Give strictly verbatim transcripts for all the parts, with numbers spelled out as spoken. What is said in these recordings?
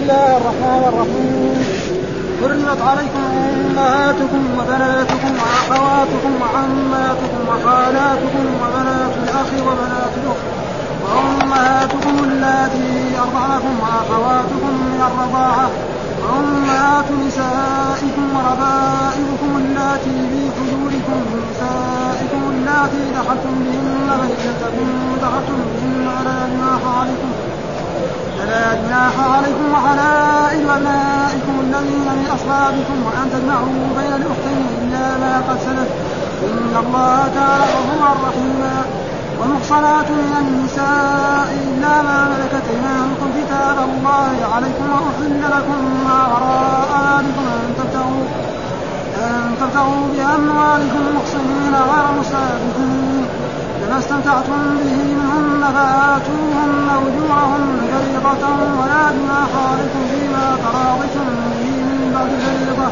الله الرحمن الرحيم. حرمت عليكم أمهاتكم وبناتكم وأخواتكم وعماتكم وخالاتكم وبنات الأخ وبنات الأخت وأمهاتكم اللاتي أرضعنكم وأخواتكم من الرضاعة وأمهات نسائكم وربائبكم اللاتي في حجوركم من نسائكم اللاتي دخلتم بهن فإن تكونوا دخلتم بهن فلا جناح عليكم فلا جناح عليكم وحلائل أبنائكم الذين من أصلابكم وأن تجمعوا بين الأختين إلا ما قد سلف إن الله كان غفورا رحيما. والمحصنات من النساء إلا ما ملكت أيمانكم كتاب الله عليكم وأحل لكم ما وراء ذلكم أن تبتغوا أن تبتغوا بأموالكم محصنين غير مسافحين فما استمتعتم به منهن فآتوهن أجورهن فريضة ولا جناح عليكم فيما تراضيتم به من بعد الفريضة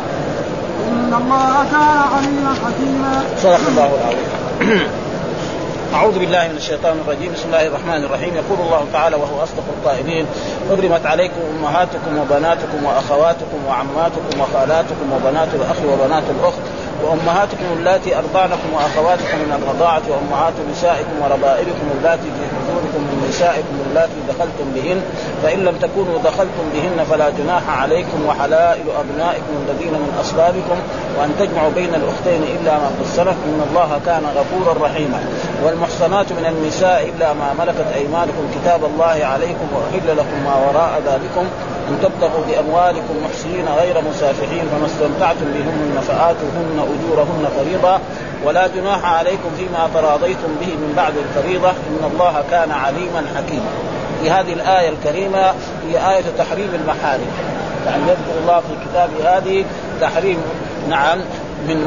إن الله كان عليما حكيما. صدق الله العظيم. أعوذ بالله من الشيطان الرجيم. بسم الله الرحمن الرحيم. يقول الله تعالى وهو أصدق القائلين: حرمت عليكم أمهاتكم وبناتكم وأخواتكم وعماتكم وخالاتكم وبنات الأخ وبنات الأخت وأمهاتكم اللاتي أرضعنكم وأخواتكم من الرضاعة وأمهات نسائكم وربائبكم اللاتي في حجوركم من نسائكم اللاتي دخلتم بهن فإن لم تكونوا دخلتم بهن فلا جناح عليكم وحلائل أبنائكم الذين من أصلابكم وأن تجمعوا بين الأختين إلا ما قد سلف إن الله كان غفورا رحيما. والمحصنات من النساء إلا ما ملكت أيمانكم كتاب الله عليكم وأحل لكم ما وراء ذلكم أن تبتغوا بأموالكم محصنين غير مسافحين فما استمتعتم بهن فآتوهن أجورهن فريضة ولا جناح عليكم فيما تراضيتم به من بعد الفريضة إن الله كان عليما حكيما. في هذه الآية الكريمة هي آية تحريم المحارم، يعني يذكر الله في كتابه هذه تحريم نعم من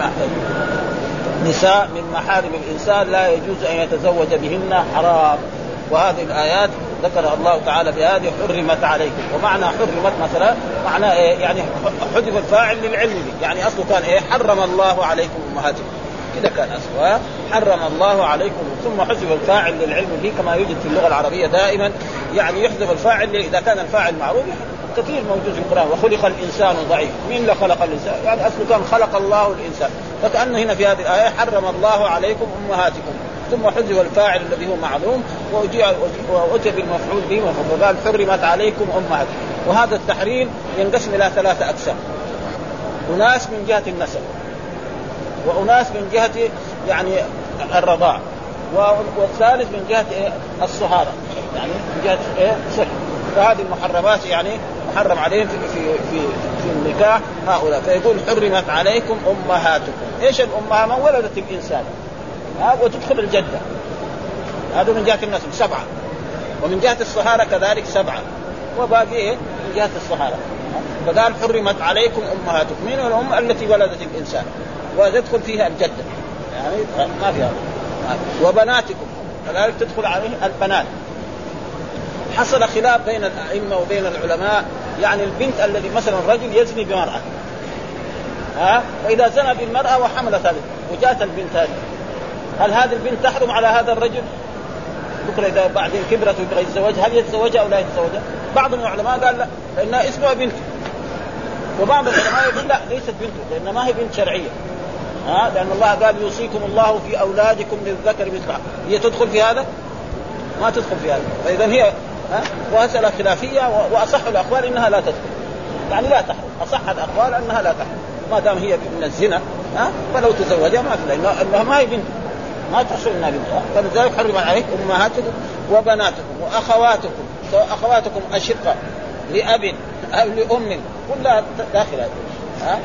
نساء من محارم الإنسان لا يجوز أن يتزوج بهن حرام. وهذه الآيات ذكر الله تعالى بهذه حرمت عليكم. ومعنى حرمت مثلا معنى إيه؟ يعني حذف الفاعل للعلم، يعني أصله كان إيه؟ حرم الله عليكم أمهاتكم، كذا كان أصله حرم الله عليكم ثم حذف الفاعل للعلم به كما يوجد في اللغة العربية دائما، يعني يحذف الفاعل إذا كان الفاعل معروف كثير موجود في القرآن. وخلق الإنسان ضعيف، مين اللي خلق الإنسان؟ يعني أصله كان خلق الله الإنسان، فكأنه هنا في هذه الآية حرم الله عليكم أمهاتكم ثم حذف الفاعل الذي هو معلوم وأتي بالمفعول به وقال حرمت عليكم أمهاتكم. وهذا التحريم ينقسم إلى ثلاثة أقسام: أناس من جهة النسب، وأناس من جهة يعني الرضاع، والثالث من جهة الصهارة يعني من جهة إيه صحة. فهذه المحرمات يعني محرم عليهم في في في, في النكاح هؤلاء. فيقول حرمت عليكم أمهاتكم. إيش الأمها؟ من ولدت الإنسان وتدخل الجدة، هذا من جهة النسب سبعة، ومن جهة الصهارة كذلك سبعة، وباقي إيه من جهة الصهارة. فقال حرمت عليكم أمهاتكم، من الأم التي ولدت الإنسان وتدخل فيها الجدة يعني ما فيها. وبناتكم كذلك تدخل عليه البنات. حصل خلاف بين الأئمة وبين العلماء، يعني البنت الذي مثلا الرجل يزني بمرأة ها، وإذا زنى بالمرأة وحملت هذه وجاءت البنت هذه، هل هذه البنت تحرم على هذا الرجل؟ بكرة إذا بعدين كبرت ويبغى يتزوجها هل يتزوجها أو لا يتزوجها؟ بعض العلماء قال لا لأنها اسمها بنت، وبعض العلماء يقول لا ليست بنت لأنها ما هي بنت شرعية ها، لأن الله قال يوصيكم الله في أولادكم للذكر مثل. هي تدخل في هذا؟ ما تدخل في هذا. فإذا هي ها، وهسألة خلافية، وأصح الأقوال إنها لا تدخل، يعني لا تحرم. أصح الأقوال أنها لا تحرم ما دام هي من الزنا ها، فلو تزوجها ما في، لأنها ما هي بنت ما تحصل منها بنت. فلذلك حرم عليكم أمهاتكم وبناتكم وأخواتكم، سواء أخواتكم أشقة لأب أو لأم كلها داخلة ها.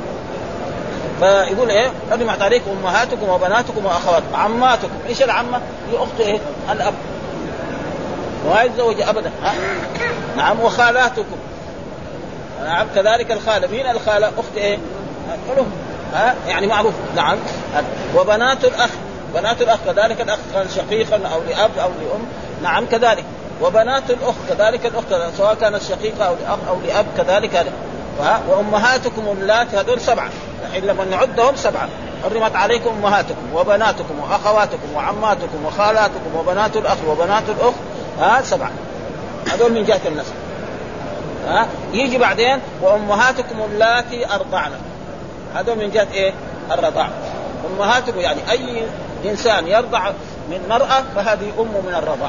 فيقول إيه حرمت عليكم أمهاتكم وبناتكم وأخواتكم. عماتكم، إيش العمة؟ هي أخت إيه الأب وما يتزوج أبدا ها؟ نعم. وخالاتكم نعم كذلك الخالة. مين الخالة؟ أخت إيه الأم ها، يعني معروف. نعم. وبنات الأخ، بنات الأخ كذلك الأخ كان شقيقا أو لأب أو لأم نعم كذلك. وبنات الأخت كذلك الأخت سواء كانت شقيقة أو لأخ أو لأب كذلك هذا. وأمهاتكم اللاتي، هذول سبعة الحين لما نعدهم سبعة. حرمت عليكم أمهاتكم وبناتكم وأخواتكم وعماتكم وخالاتكم وبنات الأخ وبنات الأخت ها سبعة، هذول من جهة النسب. ها يجي بعدين وأمهاتكم اللاتي أرضعنا، هذا من جهة إيه الرضاع. أمهاتكم يعني أي إنسان يرضع من مرأة فهذه أم من الرضاع.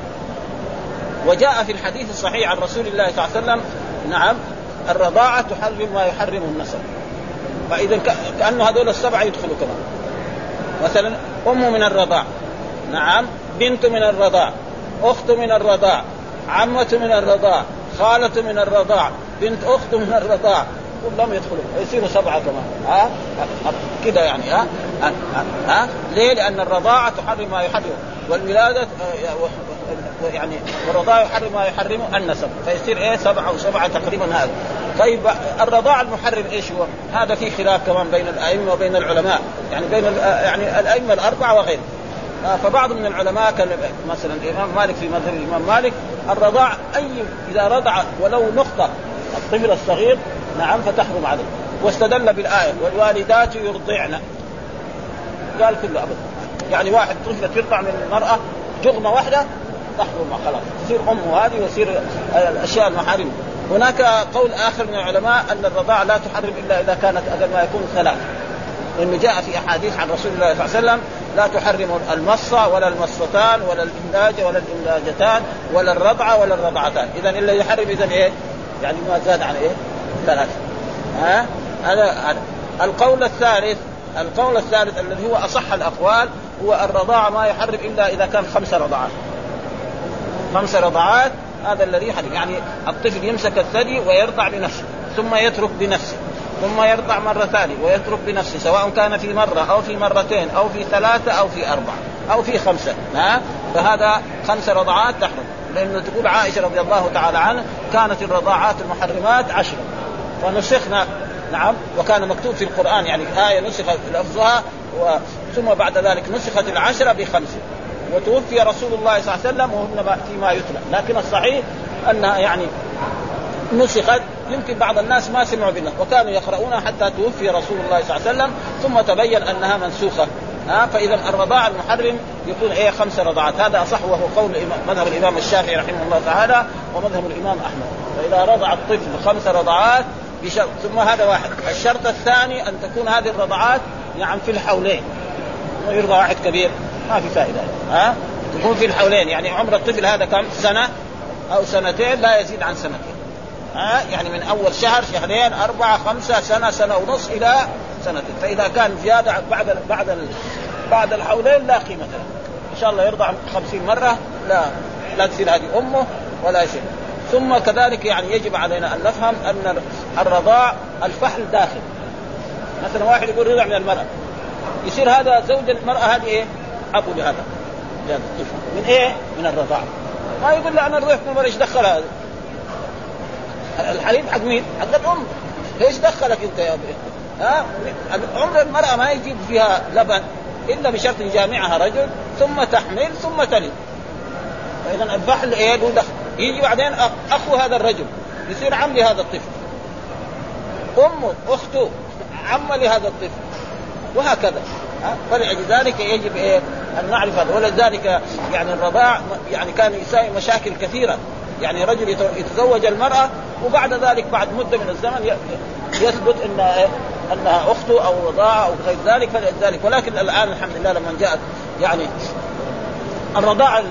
وجاء في الحديث الصحيح عن رسول الله صلى الله عليه وسلم نعم الرضاعة تحرم ما يحرم النسب، فإذا كأنه هذول السبعة يدخلوا كمان. مثلا أم من الرضاع، نعم بنت من الرضاع، أخت من الرضاع، عمة من الرضاع، خالة من الرضاع، بنت أخت من الرضاع، كلهم يدخلوا يصيروا سبعة كمان. ها كده يعني ها ها, ها؟ ليه؟ لأن الرضاعة تحرم ما يحرم، والولادة يعني الرضاعة يحرم ما يحرم النسب، فيصير إيه سبعة وسبعة تقريبا. هذا طيب الرضاعة المحرم إيش هو؟ هذا في خلاف كمان بين الأئمة وبين العلماء، يعني بين يعني الأئمة الأربعة وغيرهم. فبعض من العلماء مثلا الإمام مالك في مذهب الإمام مالك الرضاع أي إذا رضع ولو نقطة الطفل الصغير نعم فتحرم عليه، واستدل بالآية والوالدات يرضعن، قال كله أبدا. يعني واحد طفل ترضع من المرأة جغمة واحدة تحرم خلاص تصير أمه هذه ويصير الأشياء المحارم. هناك قول آخر من العلماء أن الرضاعة لا تحرم إلا إذا كانت أقل ما يكون ثلاث، لأنه جاء في أحاديث عن رسول الله صلى الله عليه وسلم لا تحرم المصة ولا المصتان ولا الإملاج ولا الإملاجتان ولا الرضعة ولا الرضعتان. إذن إلا يحرم إذن إيه يعني ما زاد عن إيه ثلاث. ها هذا القول الثالث. القول الثالث الذي هو أصح الأقوال هو الرضاعة ما يحرم إلا إذا كان خمس رضعات. خمس رضعات هذا الذي يحرم، يعني الطفل يمسك الثدي ويرضع بنفسه ثم يترك بنفسه ثم يرضع مرة ثانية ويترك بنفسه، سواء كان في مرة أو في مرتين أو في ثلاثة أو في أربعة أو في خمسة. ها فهذا خمس رضعات تحرم، لأنه تقول عائشة رضي الله تعالى عنها كانت الرضاعات المحرمات عشرة ونسخنا نعم وكان مكتوب في القرآن يعني آية نسخت لفظها و... ثم بعد ذلك نسخت العشرة بخمسة، وتوفي رسول الله صلى الله عليه وسلم وهن فيما يتلى. لكن الصحيح أنها يعني نسخت، يمكن بعض الناس ما سمعوا بنا وكانوا يقرؤونها حتى توفي رسول الله صلى الله عليه وسلم ثم تبين أنها منسوخة. ها فإذا الرضاعة المحرم يكون إيه خمس رضعات، هذا أصح وهو قول مذهب الإمام الشافعي رحمه الله تعالى ومذهب الإمام أحمد. فإذا رضع الطفل خمس رضعات بشرط، ثم هذا واحد. الشرط الثاني أن تكون هذه الرضعات يعني في الحولين، يرضع واحد كبير ما في فائدة. ها تكون في الحولين، يعني عمر الطفل هذا كم سنة أو سنتين لا يزيد عن سنتين. ها يعني من أول شهر شهرين أربعة خمسة سنة سنة ونص إلى سنتين. فإذا كان زيادة بعد بعد بعد الحولين لا قيمة له، إن شاء الله يرضع خمسين مرة لا لا تصير هذه أمه ولا شيء. ثم كذلك يعني يجب علينا أن نفهم أن الرضاع الفحل داخل. مثلا واحد يقول رضع من المرأة، يصير هذا زوج المرأة هذه إيه أبو لهذا من إيه من الرضاع. ما يقول له أنا رضعت من المرأة، إيش دخل هذا الحليب حق مين؟ حق الأم، إيش دخلك أنت يا أبي؟ ها عمر المرأة ما يجيب فيها لبن إلا بشرط يجامعها رجل ثم تحمل ثم تلد. فإذا الفحل إيه له دخل. يجي بعدين أخو هذا الرجل يصير عم لهذا الطفل، أمه أخته عم لهذا الطفل، وهكذا. فلذلك يجب إيه أن نعرف هذا. ولذلك يعني الرضاع يعني كان يساوي مشاكل كثيرة، يعني رجل يتزوج المرأة وبعد ذلك بعد مدة من الزمن يثبت إن أنها أخته أو رضاعة أو غير ذلك. فلذلك ولكن الآن الحمد لله لما جاءت يعني الرضاعة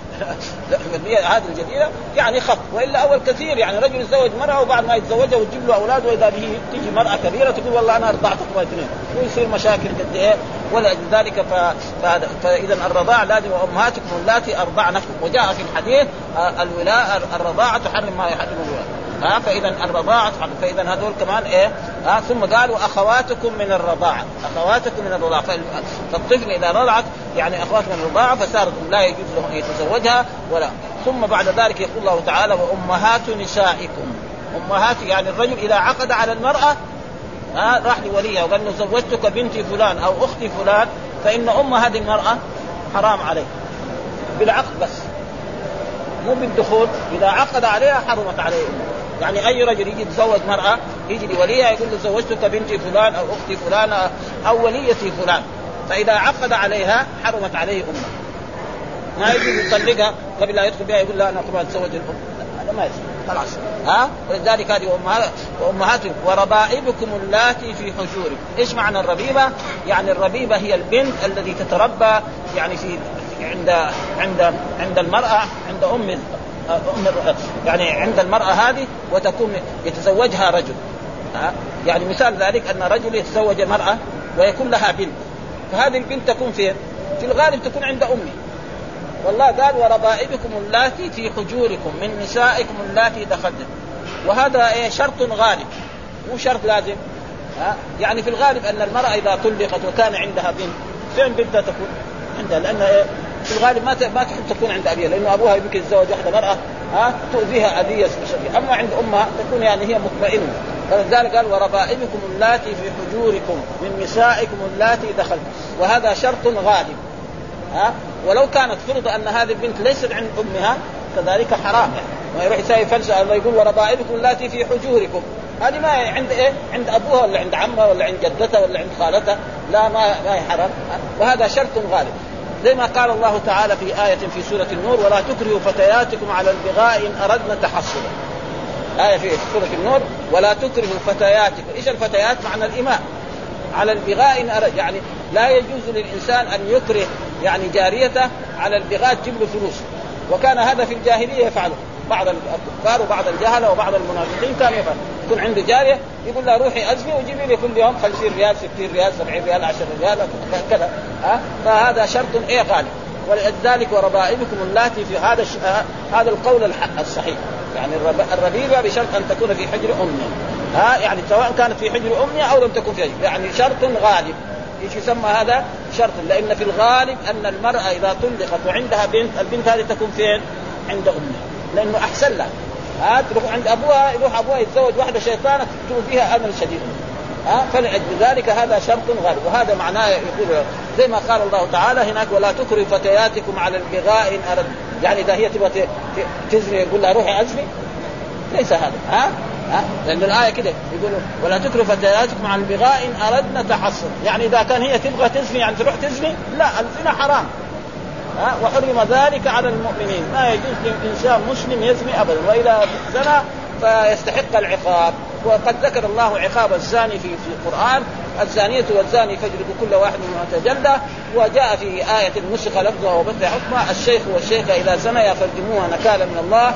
هذه الجديدة يعني خط، وإلا أول كثير يعني رجل يتزوج مرأة وبعد ما يتزوجها وتجيب له أولاد وإذا به تيجي مرأة كبيرة تقول والله أنا رضعتكم اثنين، ويصير مشاكل قد إيه. ولذلك فإذا الرضاع لازم وأمهاتكم اللاتي أرضعنكم. وجاء في الحديث الولاء الرضاعة تحرم ما يحرم الولاء. ها فإذا الرضاعة تحرم. فإذا هذول كمان إيه. ها ثم قالوا أخواتكم من الرضاعة، أخواتكم من الرضاعة. فالطفل إذا رضعت يعني أخوات من الرضاعة فصارت لا يجوز له أن يتزوجها ولا. ثم بعد ذلك يقول الله تعالى وأمهات نسائكم. أمهات يعني الرجل إذا عقد على المرأة ها راح لوليها وقال له زوجتك بنتي فلان أو أختي فلان، فإن أم هذه المرأة حرام عليه بالعقد بس مو بالدخول. إذا عقد عليها حرمت عليه أمه. يعني أي رجل يجي يتزوج مرأة يجي لوليها يقول له زوجتك بنتي فلان أو أختي فلان أو وليتي فلان، فإذا عقد عليها حرمت عليه أمه. ما يجي يطلقها قبل لا يدخل بها يقول لا أنا طبعا أتزوج الأم، هذا ما يصير. خلاص. ها ولذلك هذه وأمهاتكم وربائبكم اللاتي في حجوركم. إيش معنى الربيبة؟ يعني الربيبة هي البنت التي تتربى يعني في عند عند عند المرأة عند أم أم يعني عند المرأة هذه وتكون يتزوجها رجل. ها يعني مثال ذلك أن رجل يتزوج مرأة ويكون لها بنت، فهذه البنت تكون فين؟ في الغالب تكون عند أمه. والله قال وربائبكم اللاتي في حجوركم من نسائكم اللاتي دخلتم، وهذا إيه شرط غالب مو شرط لازم. ها يعني في الغالب أن المرأة إذا طلقت وكان عندها بنت فين بنتها تكون عندها؟ لأن إيه في الغالب ما ما تحب تكون عند أبيها، لأنه أبوها يمكن يتزوج واحدة مرأة ها تؤذيها أذية شديدة. أما عند أمها تكون يعني هي مطمئنة. فلذلك قال وربائبكم اللاتي في حجوركم من نسائكم اللاتي دخلتم، وهذا شرط غالب. ها ولو كانت فرض أن هذه البنت ليست عند أمها كذلك حرام، يعني ما يروح يساوي فلسة الله يقول وربائبكم اللاتي في حجوركم، هذه ما عند إيه عند أبوها ولا عند عمها ولا عند جدتها ولا عند خالتها، لا ما ما هي حرام. وهذا شرط غالب زي ما قال الله تعالى في آية في سورة النور ولا تكرهوا فتياتكم على البغاء إن أردنا تحصنا. آية في سورة النور ولا تكرهوا فتياتكم. إيش الفتيات؟ معنى الإماء على البغاء إن أرد، يعني لا يجوز للإنسان أن يكره يعني جاريته على البغاء تجيب له فلوس، وكان هذا في الجاهلية يفعله بعض الكفار وبعض الجهلة وبعض المنافقين كانوا يفعل. يكون عنده جارية يقول له روحي أزني وجيبي لي كل يوم خمسين ريال ستين ريال سبعين ريال عشرة ريال كذا. ها فهذا شرط إيه غالب. ولذلك وربائبكم اللاتي في هذا الش... هذا القول الصحيح، يعني الربيبة بشرط أن تكون في حجر أمها. ها يعني سواء كانت في حجر أمها أو لم تكن في حجر، يعني شرط غالب. ايش يسمى هذا؟ شرط. لأن في الغالب أن المرأة إذا طلقت وعندها بنت، البنت هذه تكون فين؟ عند أمها، لأنه أحسن لها. ها تروح عند أبوها، يروح أبوها يتزوج واحدة شيطانة تؤذيها أمل شديد. ها فلأجل ذلك هذا شرط غالب. وهذا معناه يقول زي ما قال الله تعالى هناك ولا تكرهوا فتياتكم على البغاء إن أرد، يعني إذا هي تبغى تزني يقول لها روحي أزني، ليس هذا. ها ها لأن الآية كده يقولوا ولا تكرهوا فتياتكم على البغاء إن أردنا تحصن، يعني إذا كان هي تبغى تزني يعني تروح تزني، لا الزنا حرام. ها وحرم ذلك على المؤمنين، ما يجوز لإنسان مسلم يزني أبدا، وإذا زنى فيستحق العقاب. وقد ذكر الله عقاب الزاني في في القرآن الزانية والزاني فاجلدوا كل واحد منهما جلدة. وجاء في آية نسخ لفظها وبث حكمها الشيخ والشيخة إذا زنيا فارجموها نكالا من الله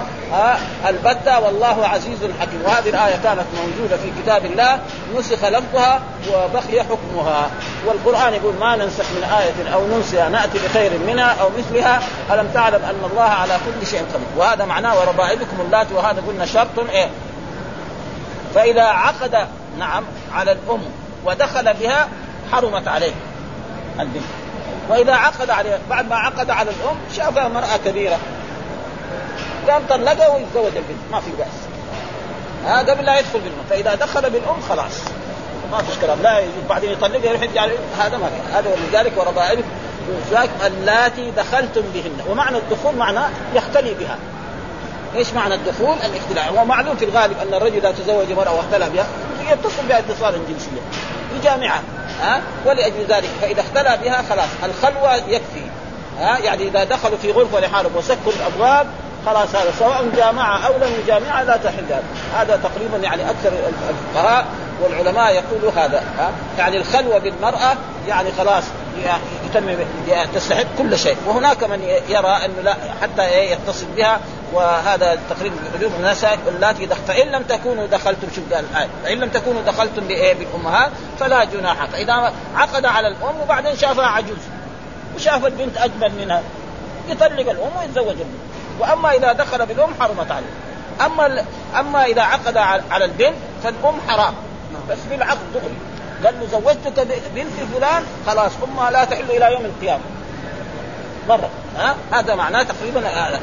البتة والله عزيز حكيم. وهذه الآية كانت موجودة في كتاب الله نسخ لفظها وبقي حكمها. والقرآن يقول ما ننسخ من آية أو ننسها نأتي بخير منها أو مثلها ألم تعلم أن الله على كل شيء قدير. وهذا معناه وربائبكم اللاتي، وهذا قلنا شرط إيه. فإذا عقد نعم على الأم ودخل بها حرمت عليه البنت. وإذا عقد عليها بعد ما عقد على الأم شافها مرأة كبيرة قام طلقها ويتزوج البنت ما في بأس، هذا قبل لا يدخل بالأم. فإذا دخل بالأم خلاص ما فيش كلام، لا يجوز بعدين يطلقها يحج عليه، هذا ما في. هذا ولذلك وربائبكم اللاتي دخلتم بهن. ومعنى الدخول معناه يختلي بها. ايش معنى الدخول؟ الاختلاع. ومعلوم في الغالب ان الرجل اذا تزوج مرأة واختلى بها يتصل بها اتصالا جنسيا بجامعة. ها ولأجل ذلك فإذا اختلى بها خلاص الخلوة يكفي. ها يعني إذا دخلوا في غرفة لحالهم وسكروا الأبواب خلاص هذا سواء جامعة أو لم جامعة لا تحل. هذا تقريبا يعني أكثر الفقهاء والعلماء يقولوا هذا. ها يعني الخلوة بالمرأة يعني خلاص يتم تستحق كل شيء. وهناك من يرى أنه لا حتى يتصل بها، وهذا تقريبا حدود الناس اللاتي دخل. فإن لم تكونوا دخلتم شو قال الآية فإن لم تكونوا دخلتم بإيه بالأمهات فلا جناح. فإذا عقد على الأم وبعدين شافها عجوز وشاف البنت أجمل منها يطلق الأم ويتزوج البنت. وأما إذا دخل بالأم حرمت عليه. أما أما إذا عقد على البنت فالأم حرام، بس بالعقد دغري قال له زوجتك بنت فلان خلاص أمها لا تحل إلى يوم القيامة مرة. ها هذا معناه تقريبا هذا.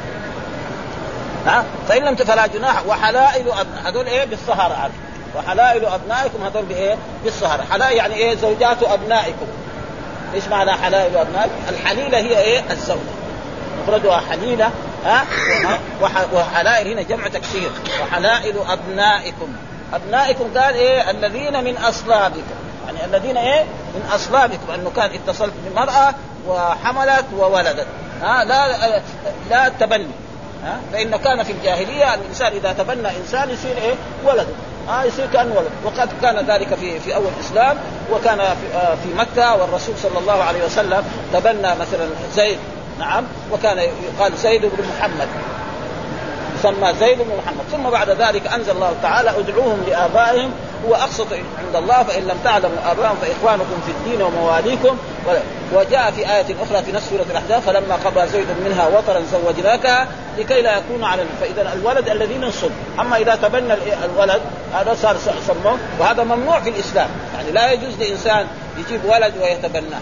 ها فإن لم تفلا جناح. وحلائل أبناء هذول إيه بالصهر عارف. وحلائل أبنائكم هذول بإيه بالصهر. حلائل يعني إيه زوجات أبنائكم. إيش معنى حلائل أبنائكم؟ الحليلة هي إيه الزوجة مفردها حليلة. ها وحلائل هنا جمع تكسير. وحلائل أبنائكم. أبنائكم قال إيه الذين من أصلابكم، يعني الذين إيه من أصلابكم، أنه كان اتصلت بمرأة وحملت وولدت. ها لا لا تبني ها فإن كان في الجاهلية الإنسان إذا تبنى إنسان يصير إيه ولده ها يصير كأن ولد. وقد كان ذلك في في أول الإسلام وكان في, آه في مكة والرسول صلى الله عليه وسلم تبنى مثلا زيد نعم وكان يقال زيد بن محمد سمى زيد بن محمد. ثم بعد ذلك أنزل الله تعالى ادعوهم لآبائهم هو أقسط عند الله فإن لم تعلموا آبائهم فإخوانكم في الدين ومواليكم. وجاء في آية أخرى في نفس سورة الأحزاب فلما قضى زيد منها وطرا زوجناكها لكي لا يكون على فإذا الولد الذي من صلب. أما إذا تبنى الولد هذا صار سموه وهذا ممنوع في الإسلام يعني لا يجوز لإنسان يجيب ولد ويتبناه.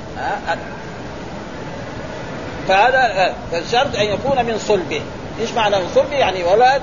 فهذا الشرط أن يكون من صلبه. إيش معنى من صلبه؟ يعني ولد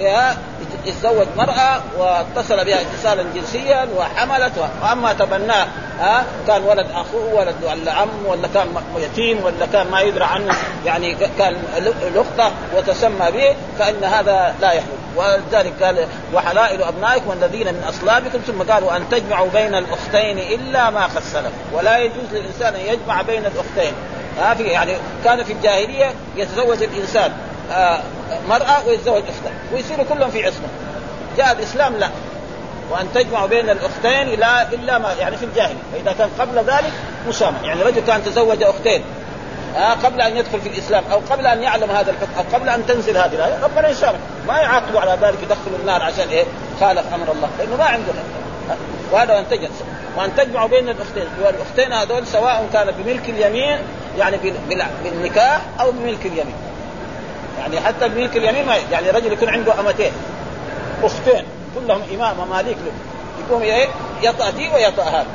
يتزوج مرأة واتصل بها اتصالا جنسيا وحملت. وأما تبناه ها كان ولد أخوه ولد ولا عم ولا كان يتيم ولا كان ما يدرى عنه يعني كان لقطة وتسمى به فإن هذا لا يحل. ولذلك قال وحلائل أبنائكم والذين من أصلابكم ثم قالوا أن تجمعوا بين الأختين إلا ما قد سلف. ولا يجوز للإنسان أن يجمع بين الأختين ها في يعني كان في الجاهلية يتزوج الإنسان آه مرأة ويتزوج أختها ويصيروا كلهم في عصمة. جاء الإسلام لا وأن تجمع بين الأختين إلا إلا ما يعني في الجاهلية. فإذا كان قبل ذلك مسامح يعني رجل كان تزوج أختين آه قبل أن يدخل في الإسلام أو قبل أن يعلم هذا الحكم أو قبل أن تنزل هذه الآية ربنا يسامح ما يعاقبوا على ذلك يدخلوا النار عشان إيه خالف أمر الله لأنه ما عنده. وهذا أن تجد وأن تجمع بين الأختين والأختين هذول سواء كان بملك اليمين يعني بالنكاح أو بملك اليمين. يعني حتى بملك اليمين يعني رجل يكون عنده أمتين أختين كلهم إمام مماليك له يقوم إيه يطأ دي ويطأ هذا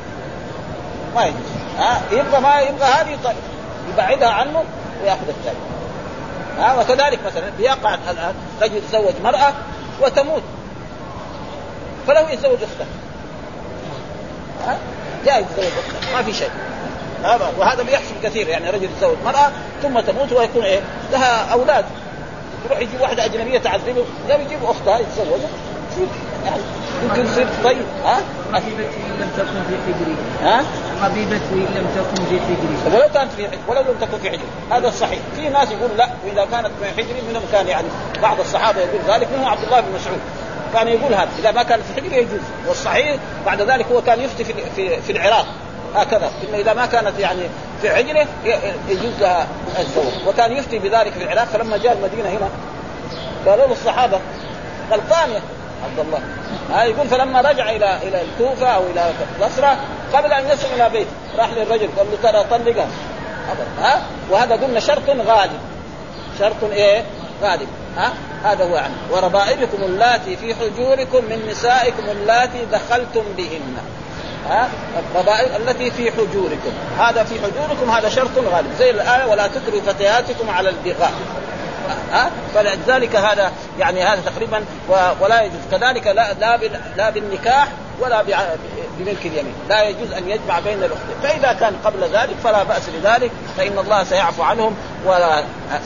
ما يجوز. ها يبغى ما يبغى هذه يبعدها عنه ويأخذ الثاني. ها وكذلك مثلا بيقع الآن رجل يتزوج مرأة وتموت فله يتزوج أختها ها جاي يتزوج أختها ما في شيء. هذا وهذا بيحصل كثير يعني رجل يتزوج مرأة ثم تموت ويكون إيه لها أولاد يروح يجيب واحدة أجنبية تعذبه لا يجيب أختها يتزوجها يعني يمكن يصير طيب. ها حبيبتي إن لم تكن في حجري ها حبيبتي إن لم تكن في حجري ولو كانت في حجري ولو لم تكن في حجري هذا الصحيح. في ناس يقول لا وإذا كانت في حجري منهم كان يعني بعض الصحابة يقول ذلك منهم عبد الله بن مسعود كان يقول هذا إذا ما كان في حجري يجوز. والصحيح بعد ذلك هو كان يفتي في في, في العراق هكذا إن إذا ما كانت يعني في عجله يجوز لها الزواج. وكان يفتي بذلك في العراق. فلما جاء المدينة هنا قالوا له الصحابة غلطان يا عبد الله ها يقول فلما رجع إلى إلى الكوفة أو إلى بصرة قبل أن يصل إلى بيت راح للرجل قال له ترى طلقها ها وهذا قلنا شرط غالب شرط إيه غالب. ها هذا هو يعني وربائبكم اللاتي في حجوركم من نسائكم اللاتي دخلتم بهن. ها الربائب التي في حجوركم هذا في حجوركم هذا شرط غالب زي الآية ولا تكرهوا فتياتكم على البغاء. ها فلذلك هذا يعني هذا تقريبا ولا يجوز. كذلك لا لا, لا بالنكاح ولا بملك اليمين لا يجوز أن يجمع بين الأختين. فإذا كان قبل ذلك فلا بأس بذلك فإن الله سيعفو عنهم ولا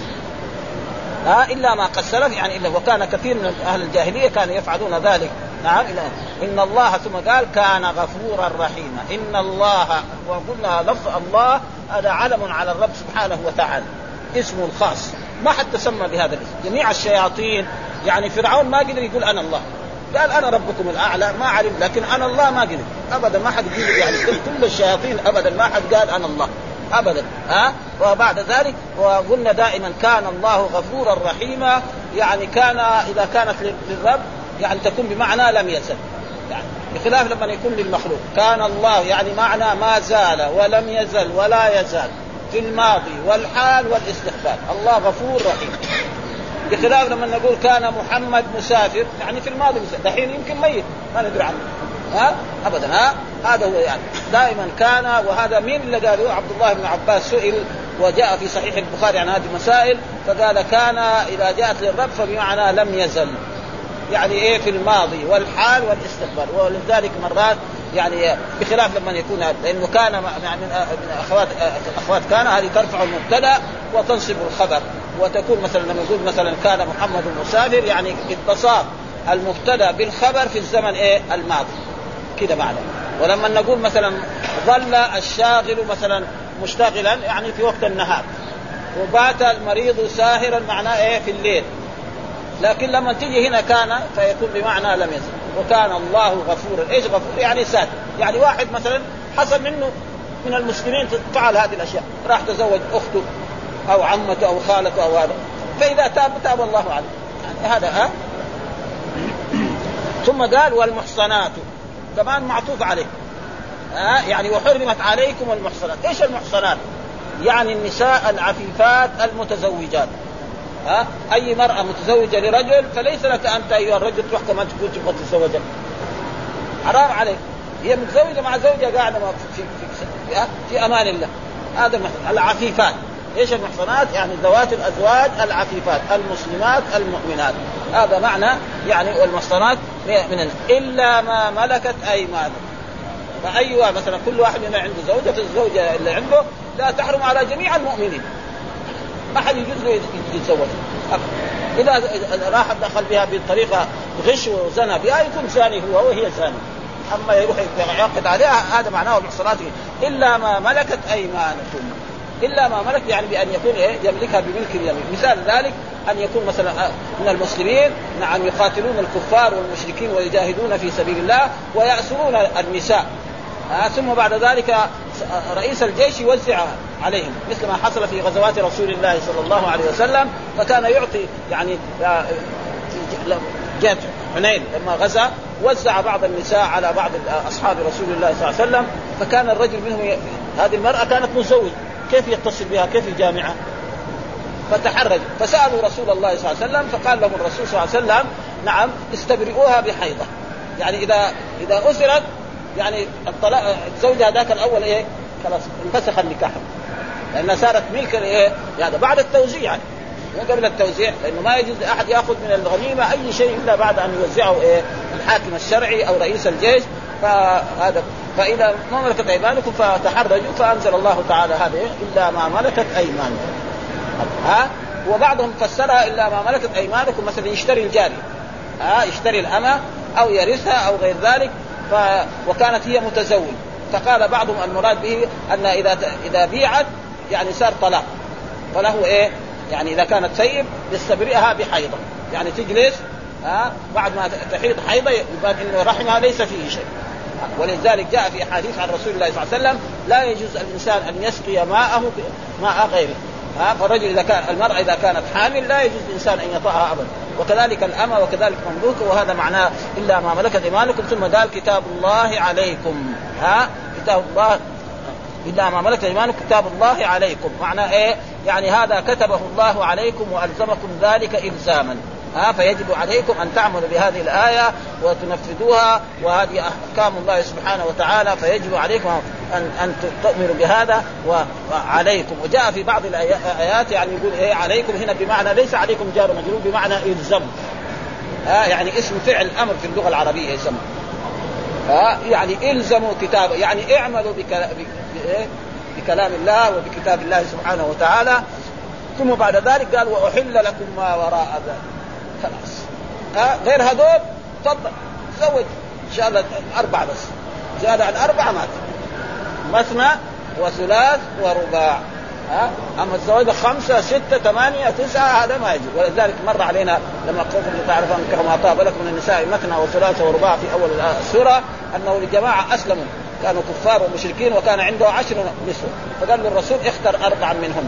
ها إلا ما قد سلف يعني إلا. وكان كثير من أهل الجاهلية كانوا يفعلون ذلك. نعم إن الله ثم قال كان غفورا رحيما. إن الله وقلنا لفظ الله هذا علم على الرب سبحانه وتعالى اسمه الخاص ما حد تسمى بهذا الاسم. جميع الشياطين يعني فرعون ما قدر يقول أنا الله قال أنا ربكم الأعلى ما علم لكن أنا الله ما قدر أبدا ما حد يقول يعني كل الشياطين أبدا ما حد قال أنا الله أبدا. ها وبعد ذلك وقلنا دائما كان الله غفورا رحيما يعني كان إذا كانت للرب يعني تكون بمعنى لم يزل يعني بخلاف لما يكون للمخلوق. كان الله يعني معنى ما زال ولم يزل ولا يزال في الماضي والحال والاستقبال. الله غفور رحيم. بخلاف لما نقول كان محمد مسافر يعني في الماضي دحين يمكن ميت ما ندري عنه ها أبدا. ها هذا هو يعني دائما كان. وهذا مين اللي قاله؟ عبد الله بن عباس سئل وجاء في صحيح البخاري عن هذه المسائل فقال كان إذا جاءت للرب فبمعنى لم يزل يعني إيه في الماضي والحال والاستقبال. ولذلك مرات يعني بخلاف لما يكون لأنه كان من أخوات أخوات كان هذه ترفع المبتدأ وتنصب الخبر وتكون مثلا لما يقول مثلا كان محمد مسافر يعني اتصال المبتدأ بالخبر في الزمن إيه الماضي كده معنى. ولما نقول مثلا ظل الشاغل مثلا مشتغلا يعني في وقت النهار وبات المريض ساهرا معناه إيه في الليل، لكن لما تيجي هنا كان فيكون بمعنى لم يزل. وكان الله غفورا. إيش غفور؟ يعني ساتر. يعني واحد مثلا حصل منه من المسلمين فعل هذه الأشياء، راح تزوج أخته أو عمته أو خالته أو هذا، فإذا تاب تاب الله عليه. يعني هذا ها. ثم قال والمحصنات كمان معطوف عليه، ها يعني وحرمت عليكم المحصنات. إيش المحصنات؟ يعني النساء العفيفات المتزوجات. ها أي مرأة متزوجة لرجل فليس لك أنت أيها الرجل تروح كمان تكون تبغى تتزوجها، حرام عليك. هي متزوجة مع زوجها قاعدة في في, في, في أمان الله. هذا العفيفات. إيش المحصنات؟ يعني ذوات الأزواج العفيفات المسلمات المؤمنات. هذا معنى يعني والمحصنات من إلا ما ملكت أيمانكم. فأيها مثلا كل واحد من عنده زوجة، الزوجة اللي عنده لا تحرم على جميع المؤمنين، ما حد يجوز له يتزوج. إذا راح دخل بها بطريقة غش وزنا بها يكون زاني هو وهي زاني. أما يروح يعقد عليها هذا معناه المحصنات إلا ما ملكت أيمانكم. إلا ما ملك يعني بأن يكون إيه يملكها بملك اليمين. مثال ذلك أن يكون مثلا من المسلمين نعم يقاتلون الكفار والمشركين ويجاهدون في سبيل الله ويأسرون النساء، آه ثم بعد ذلك رئيس الجيش يوزع عليهم مثل ما حصل في غزوات رسول الله صلى الله عليه وسلم. فكان يعطي يعني جات حنين لما غزا وزع بعض النساء على بعض أصحاب رسول الله صلى الله عليه وسلم. فكان الرجل منهم ي... هذه المرأة كانت متزوج، كيف يتصل بها؟ كيف الجامعة؟ فتحرج فسألوا رسول الله صلى الله عليه وسلم فقال لهم الرسول صلى الله عليه وسلم نعم استبرئوها بحيضة. يعني إذا إذا أسرت يعني الطلاق زوجها ذاك الأول إيه خلاص انفسخ النكاح لأنها صارت ملكا إيه يعني بعد التوزيع، يعني مو قبل التوزيع، لأنه ما يجوز أحد يأخذ من الغنيمة أي شيء إلا بعد أن يوزعه إيه الحاكم الشرعي أو رئيس الجيش. فهذا فإذا ما ملكت أيمانكم فتحرجوا فأنزل الله تعالى هذا إلا ما ملكت أيمانكم. ها وبعضهم فسرها إلا ما ملكت أيمانكم مثلا يشتري الجارية، ها يشتري الأمة أو يرثها أو غير ذلك. ف... وكانت هي متزوج، فقال بعضهم المراد به أن إذا إذا بيعت يعني صار طلاق، فله إيه يعني إذا كانت سيب يستبرئها بحيضة، يعني تجلس ها بعد ما تحيض حيضة يبان إنه رحمها ليس فيه شيء. ولذلك جاء في حديث عن رسول الله صلى الله عليه وسلم لا يجوز الإنسان أن يسقي ماءه ماء غيره. ها فالرجل إذا كان المرأة إذا كانت حامل لا يجوز الإنسان أن يطأها أبدا، وكذلك الأمة وكذلك مملوكة. وهذا معناه إلا ما ملكت أيمانكم. ثم قال كتاب الله عليكم. ها كتاب الله إلا ما ملكت أيمانكم كتاب الله عليكم معناه إيه يعني هذا كتبه الله عليكم وألزمكم ذلك إلزاما. ها فيجب عليكم أن تعملوا بهذه الآية وتنفذوها، وهذه أحكام الله سبحانه وتعالى، فيجب عليكم أن أن تؤمنوا بهذا وعليكم. وجاء في بعض الآيات يعني يقول إيه عليكم هنا بمعنى ليس عليكم جار مجرور بمعنى إلزم. ها يعني اسم فعل أمر في اللغة العربية يسمى. ها يعني إلزموا كتابه يعني اعملوا بكلام, بكلام الله وبكتاب الله سبحانه وتعالى. ثم بعد ذلك قال وأحل لكم ما وراء ذلك. خلاص ها غير هذول تفضل تزوج إن شاء الله أربعة بس، زاد عن أربعة مات مثنى وثلاث ورباع. ها أما الزواج خمسة ستة ثمانية تسعة هذا ما يجوز. ولذلك مر علينا لما قلت تعرف أنكحوا ما طاب لكم من النساء مثنى وثلاث ورباع في أول السورة أنه لجماعة أسلموا كانوا كفار ومشركين وكان عنده عشر نسوة، فقال للرسول اختر أربعا منهن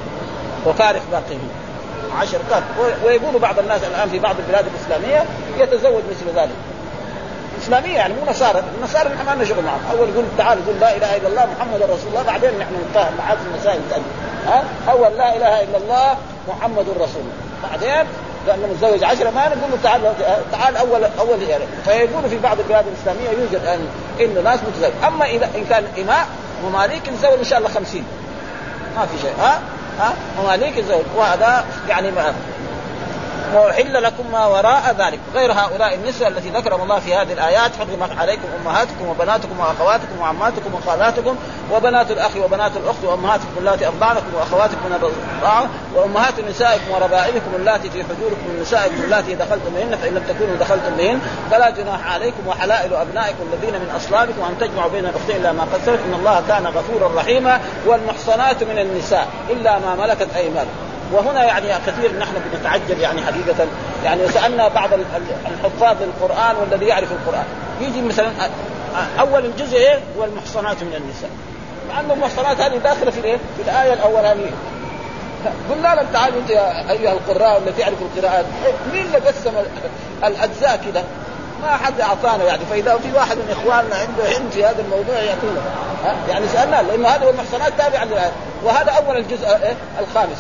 وفارق باقيهم عشر كان. ويقولوا بعض الناس الآن في بعض البلاد الإسلامية يتزوج مثل ذلك إسلامية يعني مو نصارى. النصارى نحن ما نشغل معهم، أول يقول تعال يقول لا إله إلا الله محمد رسول الله، بعدين نحن نتفاهم معاه في المسائل الثانية. ها أول لا إله إلا الله محمد رسول الله، بعدين لأنه متزوج عشرة ما نقول له تعال تعال أول أول يعني. فيقولوا في بعض البلاد الإسلامية يوجد أن إنه ناس متزوج. أما إذا إن كان إماء مماليك يتزوج إن شاء الله خمسين ما في شيء. ها ها مماليك يتزوج، وهذا يعني ما وأحل لكم ما وراء ذلك غير هؤلاء النساء التي ذكرهم الله في هذه الآيات. حرمت عليكم أمهاتكم وبناتكم وأخواتكم وعماتكم وخالاتكم وبنات الأخ وبنات الأخت وأمهاتكم اللاتي أرضعنكم وأخواتكم من الرضاعة وأمهات نسائكم وربائبكم اللاتي في حجوركم من نسائكم اللاتي دخلتم بهن فإن لم تكونوا دخلتم بهن فلا جناح عليكم وحلائل أبنائكم الذين من أصلابكم أن تجمعوا بين الأختين إلا ما قد سلف إن الله كان غفورا رحيما. والمحصنات من النساء إلا ما ملكت أيمانكم. وهنا يعني كثير نحن بنتعجب يعني حقيقة يعني سألنا بعض الحفاظ للقرآن والذي يعرف القرآن يجي مثلا أول الجزء إيه هو المحصنات من النساء مع أن المحصنات هذه داخلة في الإيه في الآية الأولانية. قلنا لهم تعالوا أنت أيها القراء الذي يعرف القراءات مين اللي قسم الأجزاء كده ما حد أعطانا يعني. فإذا في واحد من إخواننا عنده علم في هذا الموضوع يعطينا يعني سألنا لأنه هذا هو المحصنات تابع للآية وهذا أول الجزء إيه الخامس.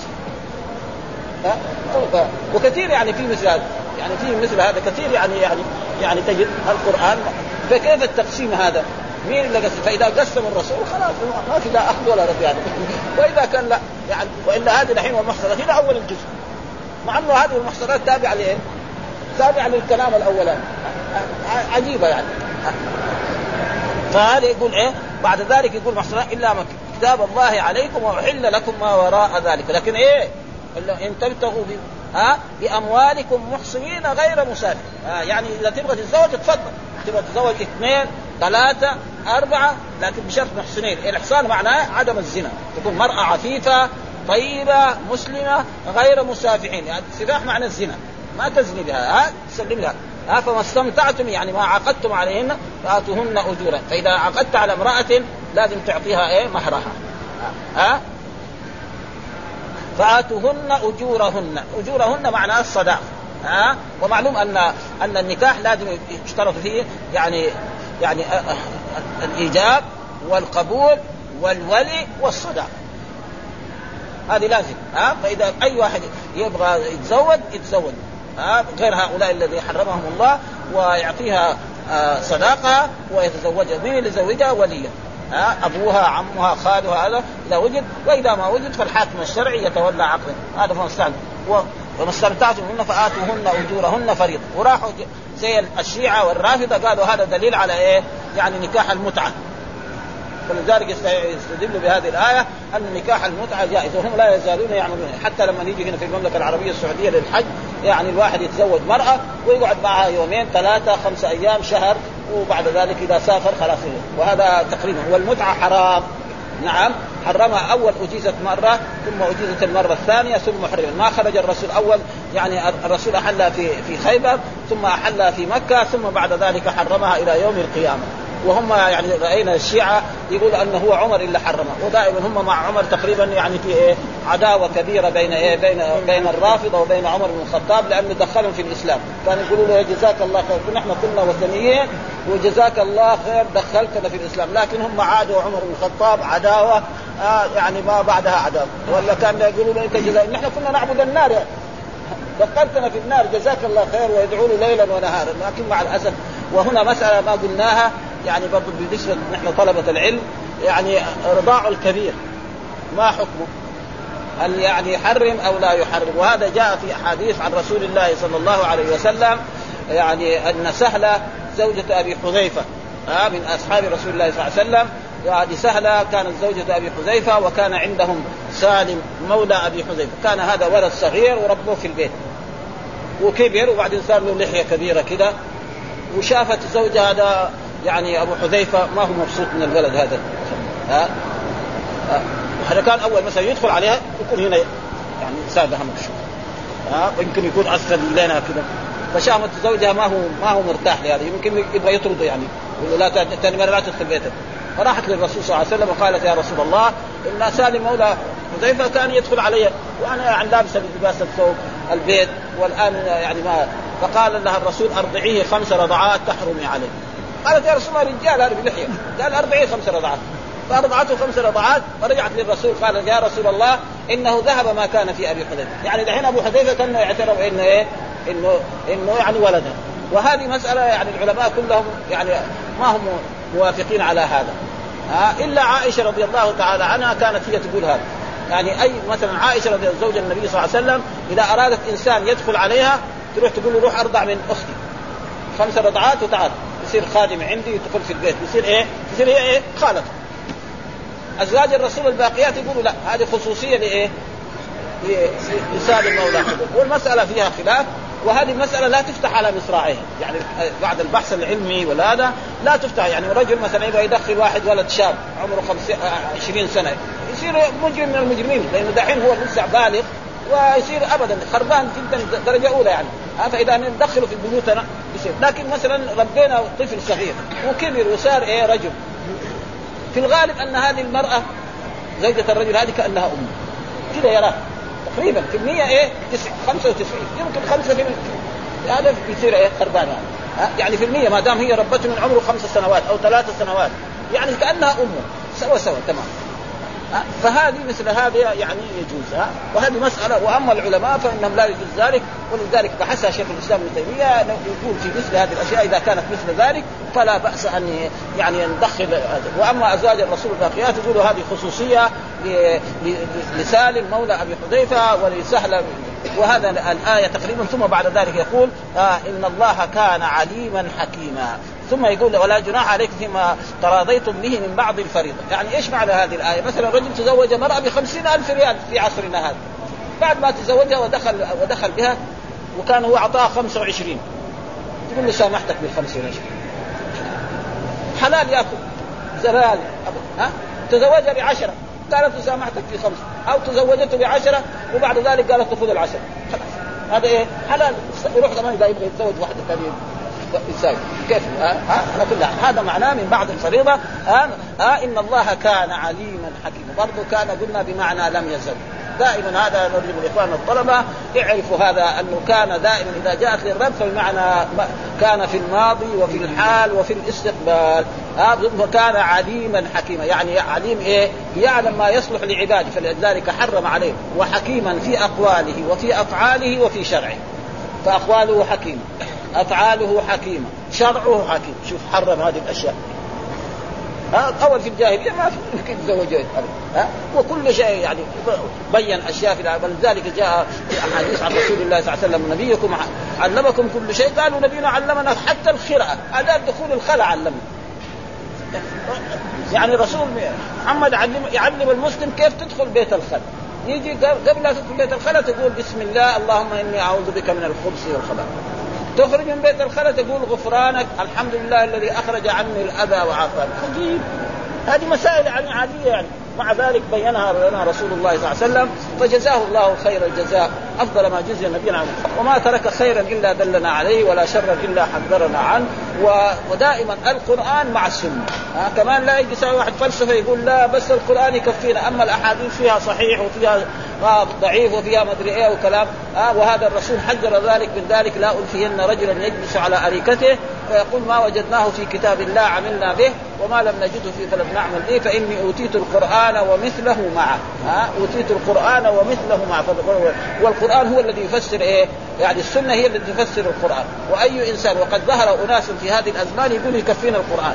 وكثير يعني في مثل هذا يعني في مثل هذا كثير يعني يعني يعني تجد القرآن فكيف التقسيم هذا مين اللي قسم. فإذا قسم الرسول خلاص ما في لا أخذ ولا رد يعني. وإذا كان لا يعني وإلا هذه الحين والمحصنات هنا أول الجزء مع أنه هذه المحصنات تابعة لإيه تابعة للكلام الأولاني عجيبة يعني. فهذا يقول إيه بعد ذلك يقول محصنات إلا ما كتاب الله عليكم وأحل لكم ما وراء ذلك لكن إيه إن تبتغوا ها بأموالكم محصنين غير مسافرين. يعني إذا تبغى تتزوج تفضل تبغى تتزوج اثنين ثلاثة أربعة لكن بشرط محصنين. الإحصان معناه عدم الزنا تكون مرأة عفيفة طيبة مسلمة غير مسافحين. يعني السفاح معنى الزنا ما تزني بها ها تسلم لها ها. فما استمتعتم يعني ما عقدتم عليهن فآتوهن أجورا. فإذا عقدت على امرأة لازم تعطيها إيه مهرها ها فآتوهن أجورهن. أجورهن معناه الصداق ها. ومعلوم أن أن النكاح لازم يشترط فيه يعني يعني الإيجاب والقبول والولي والصداق هذه لازم ها. فإذا أي واحد يبغى يتزوج يتزوج ها غير هؤلاء الذي حرمهم الله ويعطيها صداقها ويتزوجها. مين اللي يزوجها؟ وليها ها أبوها عمها خالها هذا إذا وجد. وإذا ما وجد فالحاكم الشرعي يتولى عقده هذا فمستعد. وما استمتعتم منهن فآتوهن أجورهن فريضة. وراحوا زي الشيعة والرافضة قالوا هذا دليل على إيه يعني نكاح المتعة. ولذلك يستدل بهذه الآية أن نكاح المتعة جائز وهم لا يزالون يعملون. حتى لما نيجي هنا في المملكة العربية السعودية للحج يعني الواحد يتزوج مرأة ويقعد معها يومين ثلاثة خمسة أيام شهر وبعد ذلك إذا سافر خلاص. وهذا تقريبا والمتعة حرام. نعم حرمها أول أجيزت مرة ثم أجيزت المرة الثانية ثم حرم. ما خرج الرسول أول يعني الرسول أحلها في في خيبر ثم أحلها في مكة ثم بعد ذلك حرمها إلى يوم القيامة. وهم يعني رأينا الشيعة يقول أنه هو عمر إلا حرمه. ودائما هم مع عمر تقريبا يعني في إيه عداوة كبيرة بين إيه بين بين الرافضة وبين عمر بن الخطاب لأنه دخلهم في الإسلام. كانوا يقولوا له جزاك الله خير نحن كنا وثنيين وجزاك الله خير دخلتنا في الإسلام. لكن هم عادوا عمر بن الخطاب عداوة آه يعني ما بعدها عداوة. ولا كان يقولوا له أنت جزاك نحن كنا نعبد النار دخلتنا في النار جزاك الله خير ويدعون ليلا ونهارا. لكن مع الأسف وهنا مسألة ما قلناها يعني برضو بالنسبة نحن طلبة العلم يعني رضاع الكبير ما حكمه هل يعني يحرم أو لا يحرم. وهذا جاء في أحاديث عن رسول الله صلى الله عليه وسلم يعني أن سهلة زوجة أبي حذيفة من أصحاب رسول الله صلى الله عليه وسلم يعني سهلة كانت زوجة أبي حذيفة وكان عندهم سالم مولى أبي حذيفة. كان هذا ولد صغير وربوه في البيت وكبر وبعدين صار له لحية كبيرة كده وشافت زوجها هذا يعني أبو حذيفة ما هو مبسوط من الولد هذا ها هذا كان أول مثلا يدخل عليها يكون هنا يعني سادها مكشوف ها يمكن يكون أسفل لنا كده. فشافت زوجها ما هو ما هو مرتاح لهذا يمكن يبغى يطرده يعني يقول لا تاني مرة لا تدخل بيتك. فراحت للرسول صلى الله عليه وسلم وقالت يا رسول الله إن سالم مولى حذيفة كان يدخل علي وأنا يعني لابس لباس الثوب البيت والآن يعني ما. فقال لها الرسول أرضعيه خمس رضعات تحرمي عليه. قالت يا رسول الله رجال هذا بلحية قال أرضعيه خمس رضعات. فأرضعته خمس رضعات ورجعت للرسول قالت يا رسول الله إنه ذهب ما كان في أبي حذيفة. يعني دحين أبو حذيفة كان يعترف إنه إيه إنه إنه يعني ولده. وهذه مسألة يعني العلماء كلهم يعني ما هم موافقين على هذا ها إلا عائشة رضي الله تعالى عنها كانت هي تقول هذا يعني أي مثلا عائشة رضي الله زوج النبي صلى الله عليه وسلم إذا أرادت إنسان يدخل عليها تروح تقول له روح أرضع من أختي خمس رضعات وتعال يصير خادم عندي يدخل في البيت يصير إيه يصير هي إيه خالته. أزواج الرسول الباقيات يقولوا لا هذه خصوصية لإيه لسال المولى. والمسألة فيها خلاف وهذه المسألة لا تفتح على مصراعيها يعني بعد البحث العلمي ولا هذا لا تفتح. يعني رجل مثلا يبغى يدخل واحد ولد شاب عمره عشرين سنة يصير مجرم من المجرمين لأنه دحين هو لسه بالغ ويصير أبدا خربان جدا درجة أولى يعني. فإذا ندخله في بيوتنا يصير. لكن مثلا ربينا طفل صغير وكبر وصار إيه رجل في الغالب أن هذه المرأة زوجة الرجل هذه كأنها أم كده يراه تقريبا في المية إيه خمسة وتسعين يمكن خمسة في المية هذا يصير إيه خربان يعني. يعني في المية ما دام هي ربته من عمره خمس سنوات أو ثلاث سنوات يعني كأنها أمه سوا سوا تمام. فهذه مثل هذا يعني يجوز. وهذه مسألة. وأما العلماء فإنهم لا يجوز ذلك ولذلك بحثها شيخ الإسلام ابن تيمية يقول في مثل هذه الأشياء إذا كانت مثل ذلك فلا بأس أن يعني ندخل. وأما أزواج الرسول الباقيات يقولوا هذه خصوصية لسالم مولى أبي حذيفة ولسهل. وهذا الآية تقريبا ثم بعد ذلك يقول آه إن الله كان عليما حكيما ثم يقول ولا جناح عليكم فيما تراضيتم به من بعض الفريضة. يعني إيش معنى هذه الآية؟ مثلا رجل تزوج مرأة بخمسين ألف ريال في عصرنا هذا بعد ما تزوجها ودخل ودخل بها وكان هو عطاها خمسة وعشرين تقول له سامحتك بالخمسين عشرين حلال يأكل زلال. ها تزوجها بعشرة قالت سامحتك في خمسة أو تزوجته بعشرة وبعد ذلك قالت تأخذ العشرة هذا إيه حلال. يروح زمان إذا يبغى يتزوج واحدة ثانية يساوي كيف ها أنا كلها. هذا معناه من بعض الفريضة. ها آه إن الله كان عليما حكيما برضو كان قلنا بمعنى لم يزل. دائما هذا نرجو الإخوان الطلبة يعرفوا هذا أنه كان دائما إذا جاءت للرب فبمعنى كان في الماضي وفي الحال وفي الاستقبال. وكان عليما حكيما يعني عليم إيه يعلم ما يصلح لعباده فلذلك حرم عليه وحكيما في أقواله وفي أفعاله وفي شرعه. فأقواله حكيمة أفعاله حكيمة شرعه حكيم. شوف حرم هذه الأشياء. أول في الجاهلية ما في زوجين ها وكل شيء يعني بين أشياء في العالم. ولذلك جاء حديث عن رسول الله صلى الله عليه وسلم نبيكم علمكم كل شيء. قالوا نبينا علمنا حتى الخرعة آداب دخول الخلع علمنا. يعني رسول محمد علم يعلم المسلم كيف تدخل بيت الخلع. يجي قبل لا تدخل بيت الخلع تقول بسم الله اللهم إني أعوذ بك من الخبث والخبث. تخرج من بيت الخلع تقول غفرانك الحمد لله الذي أخرج عني الأذى وعافاني. عجيب. هذه مسائل يعني عادية يعني. مع ذلك بينها لنا رسول الله صلى الله عليه وسلم فجزاه الله خير الجزاء أفضل ما جزي نبينا عنه. وما ترك خيرا إلا دلنا عليه ولا شرا إلا حذرنا عنه. ودائما القرآن مع السنة. ها كمان لا يجي يسوي واحد فلسفة يقول لا بس القرآن يكفينا أما الأحاديث فيها صحيح وفيها ضعيف وفيها مدري إيه وكلام. ها وهذا الرسول حذر ذلك من ذلك لا ألفين رجلا يجلس على أريكته فيقول ما وجدناه في كتاب الله عملنا به وما لم نجده فيه فلم نعمل به فإني أوتيت القرآن ومثله معه. ها أوتيت القرآن ومثله معه. والقرآن هو الذي يفسر إيه يعني السنة هي التي تفسر القرآن. وأي إنسان وقد ظهر أناس في هذه الأزمان يقول يكفينا القرآن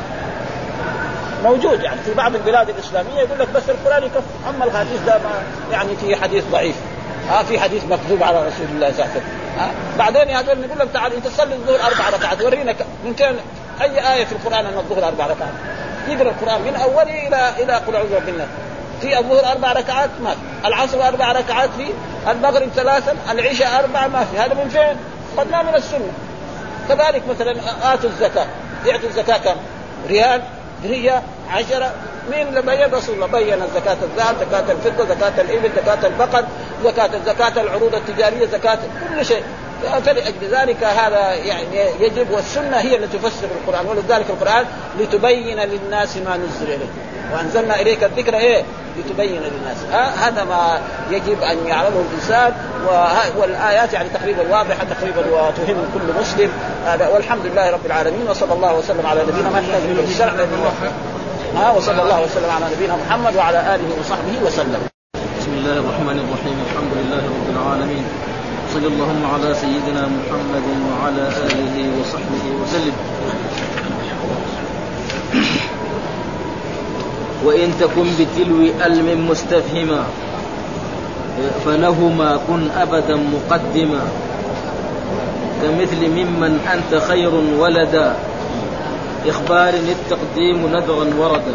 موجود يعني في بعض البلاد الإسلامية يقول لك بس القرآن يكفي. أما الحديث ده يعني في حديث ضعيف ها في حديث مكذوب على رسول الله صلى الله عليه وسلم. ها بعدين هذول نقول لهم تعال انت صلي الظهر أربع ركعات ورينا من كان أي آية في القرآن أن الظهر أربع ركعات. يقرأ القرآن من أوله إلى إلى قل أعوذ برب الناس. في الظهر أربع ركعات ما في. العصر أربع ركعات في. المغرب ثلاثا. العشاء أربع ما في. هذا من فين؟ قدنا من السنة. كذلك مثلا آتوا الزكاة يعطوا الزكاة كم؟ ريال ريال عشرة. مين اللي بين؟ رسول الله بين الزكاة الذهب زكاة الفضة زكاة الإبل زكاة البقر زكاة الزكاة العروض التجارية زكاة كل شيء. فلأجل ذلك هذا يعني يجب والسنة هي التي تفسر القرآن. ولذلك القرآن لتبين للناس ما نزل إليه وأنزلنا إليك الذكر إيه لتبين للناس. هذا ما يجب أن يعلمه الإنسان. والآيات يعني تقريبا واضحة تقريبا وتهم كل مسلم. والحمد لله رب العالمين وصلى الله وسلم على نبينا محمد ها وصلى الله وسلم على نبينا محمد وعلى آله وصحبه وسلم. بسم الله الرحمن الرحيم الحمد لله رب العالمين صلى اللهم على سيدنا محمد وعلى آله وصحبه وسلم. وإن تكن بتلو ألم مستفهما فلهما كن أبدا مقدما كمثل ممن أنت خير ولدا إخبار التقديم نذرا وردا.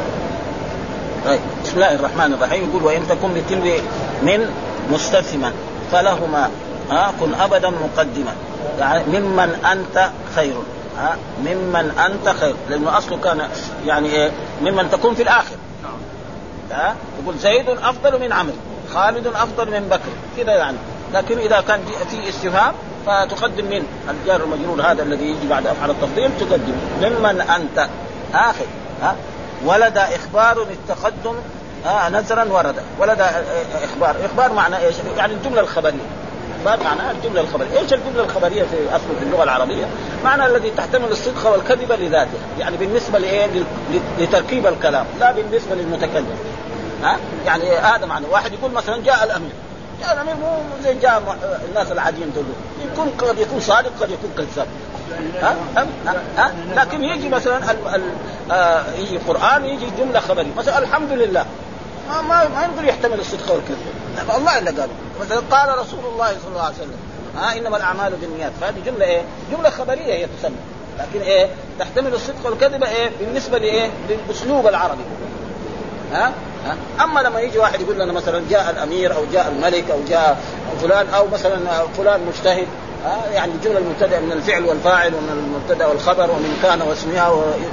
طيب بسم الله الرحمن الرحيم. يقول وإن تكن بتلو من مستفهما فلهما ها كن أبدا مقدما يعني ممن أنت خير ها ممن أنت خير لأنه أصله كان يعني إيه ممن تكون في الآخر ها يقول زيد أفضل من عمرو خالد أفضل من بكر كذا يعني. لكن إذا كان في استفهام فتقدم من الجار المجرور هذا الذي يجي بعد أفعال التفضيل تقدم ممن أنت آخر ها ولد إخبار التقدم آه نزرا ورد ولد إخبار إخبار معنى إيش يعني الجملة الخبرية إخبار معنى الجملة الخبرية. إيش الجملة الخبرية في أصل في اللغة العربية معنى الذي تحتمل الصدق والكذب لذاته يعني بالنسبة لإيه لتركيب الكلام لا بالنسبة للمتكلم ها يعني هذا معنى. واحد يقول مثلا جاء الأمير جاء الأمير مو زي جاء الناس العاديين دول يكون قد يكون صادق قد يكون كذاب ها ها ها لكن يجي مثلا ال ال آه يجي قرآن يجي جملة خبرية مثلا الحمد لله ما ما, ما يقدر يحتمل الصدق والكذب الله إلا قال مثلا قال رسول الله صلى الله عليه وسلم ها إنما الأعمال بالنيات فهذه جملة إيه جملة خبرية هي تسمى لكن إيه تحتمل الصدق والكذب إيه بالنسبة لإيه للأسلوب العربي ها أما لما يجي واحد يقول لنا مثلا جاء الأمير أو جاء الملك أو جاء فلان أو مثلا فلان مجتهد يعني الجملة المبتدأ من الفعل والفاعل ومن المبتدأ والخبر ومن كان واسمها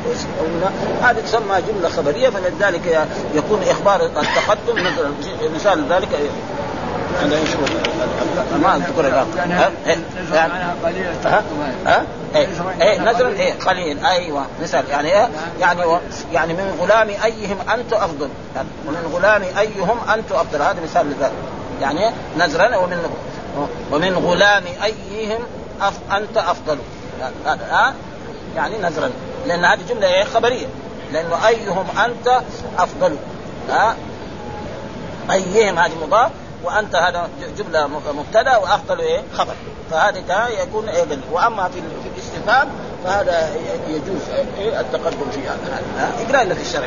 هذه تسمى جملة خبرية فلذلك يكون إخبار التقدم مثال ذلك عندنا نشوف ما أذكر الآن ها ها ها إيه نزل إيه قليل أيوة مثال يعني إيه يعني يعني من غلام أيهم أنت أفضل ومن غلام أيهم أنت أفضل هذا مثال لذلك يعني نزلا ومن ومن غلام أيهم أف أنت أفضل هذا ها يعني نزلا لأن هذه جملة إيه خبرية لأنه أيهم أنت أفضل ها أيهم هذه مضاف وأنت هذا جملة مبتدأ وأفضل إيه خبر فهذا يكون إيه. وأما في الاستفهام فهذا يجوز إيه التقدم في هذا إقرأ لك الشرع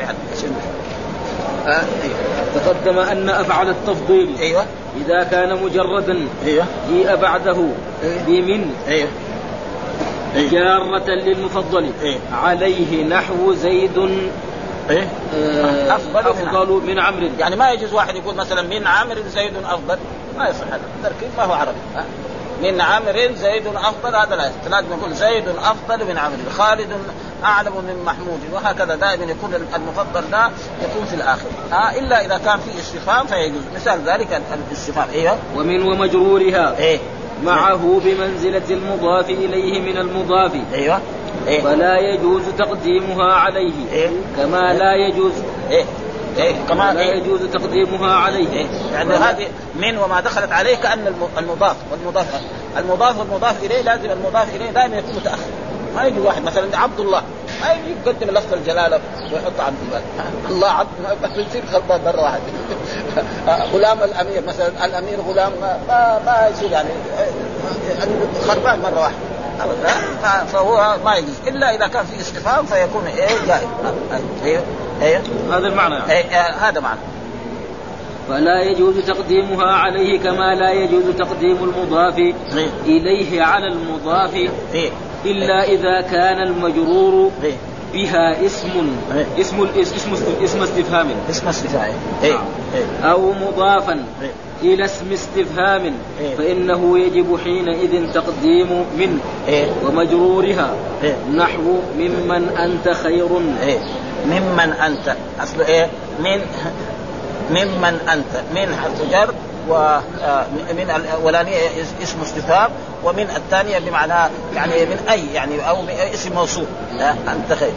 آه. تقدم أن أفعل التفضيل أيوة. إذا كان مجردا أيوة. جيء بعده أيوة. بمن أيوة. أيوة. جارة للمفضل أيوة. عليه نحو زيد إيه؟ آه أفضل, أفضل من, من عمرو يعني ما يجوز واحد يقول مثلا من عمرو زيد أفضل ما يصح هذا التركيب ما هو عربي ها؟ من عمرو زيد أفضل هذا لا يصح لازم نقول زيد أفضل من عمرو خالد أعلم من محمود وهكذا دائما يكون المفضل ده يكون في الآخر ها إلا إذا كان في استفهام فيجوز مثال ذلك الاستفهام أيوه ومن ومجرورها إيه؟ معه بمنزلة المضاف إليه من المضاف أيوه إيه؟ فلا يجوز تقديمها عليه إيه؟ كما لا يجوز إيه؟ إيه؟ كما لا يجوز تقديمها عليه إيه؟ يعني هذه من وما دخلت عليه كأن المضاف والمضاف المضاف والمضاف إليه لازم المضاف إليه دائما يكون متأخر ما يجي واحد مثلا عبد الله ما يجي يقدم لفظ الجلالة ويحط عبد الله الله عبد ما بيصير خربان مرة واحدة غلام الأمير مثلا الأمير غلام ما ما يصير يعني خربان مرة واحدة فهو ما يجوز إلا إذا كان في استفهام فيكون إيه جائز إيه إيه هذا المعنى إيه هذا معنى فلا يجوز تقديمها عليه كما لا يجوز تقديم المضاف إيه؟ إليه على المضاف إيه؟ إلا إذا كان المجرور إيه؟ بها اسم إيه؟ اسم اسم اسم استفهام اسم استفهام إيه؟ إيه؟ أو مضافا إيه؟ إلى اسم استفهام إيه؟ فإنه يجب حينئذ تقديم من إيه؟ ومجرورها إيه؟ نحو ممن أنت خير إيه؟ ممن أنت أصله إيه من ممن أنت من حرف جر ومن الأولانية اسم استفهام ومن الثانية بمعنى يعني من أي يعني أو اسم موصول أنت خير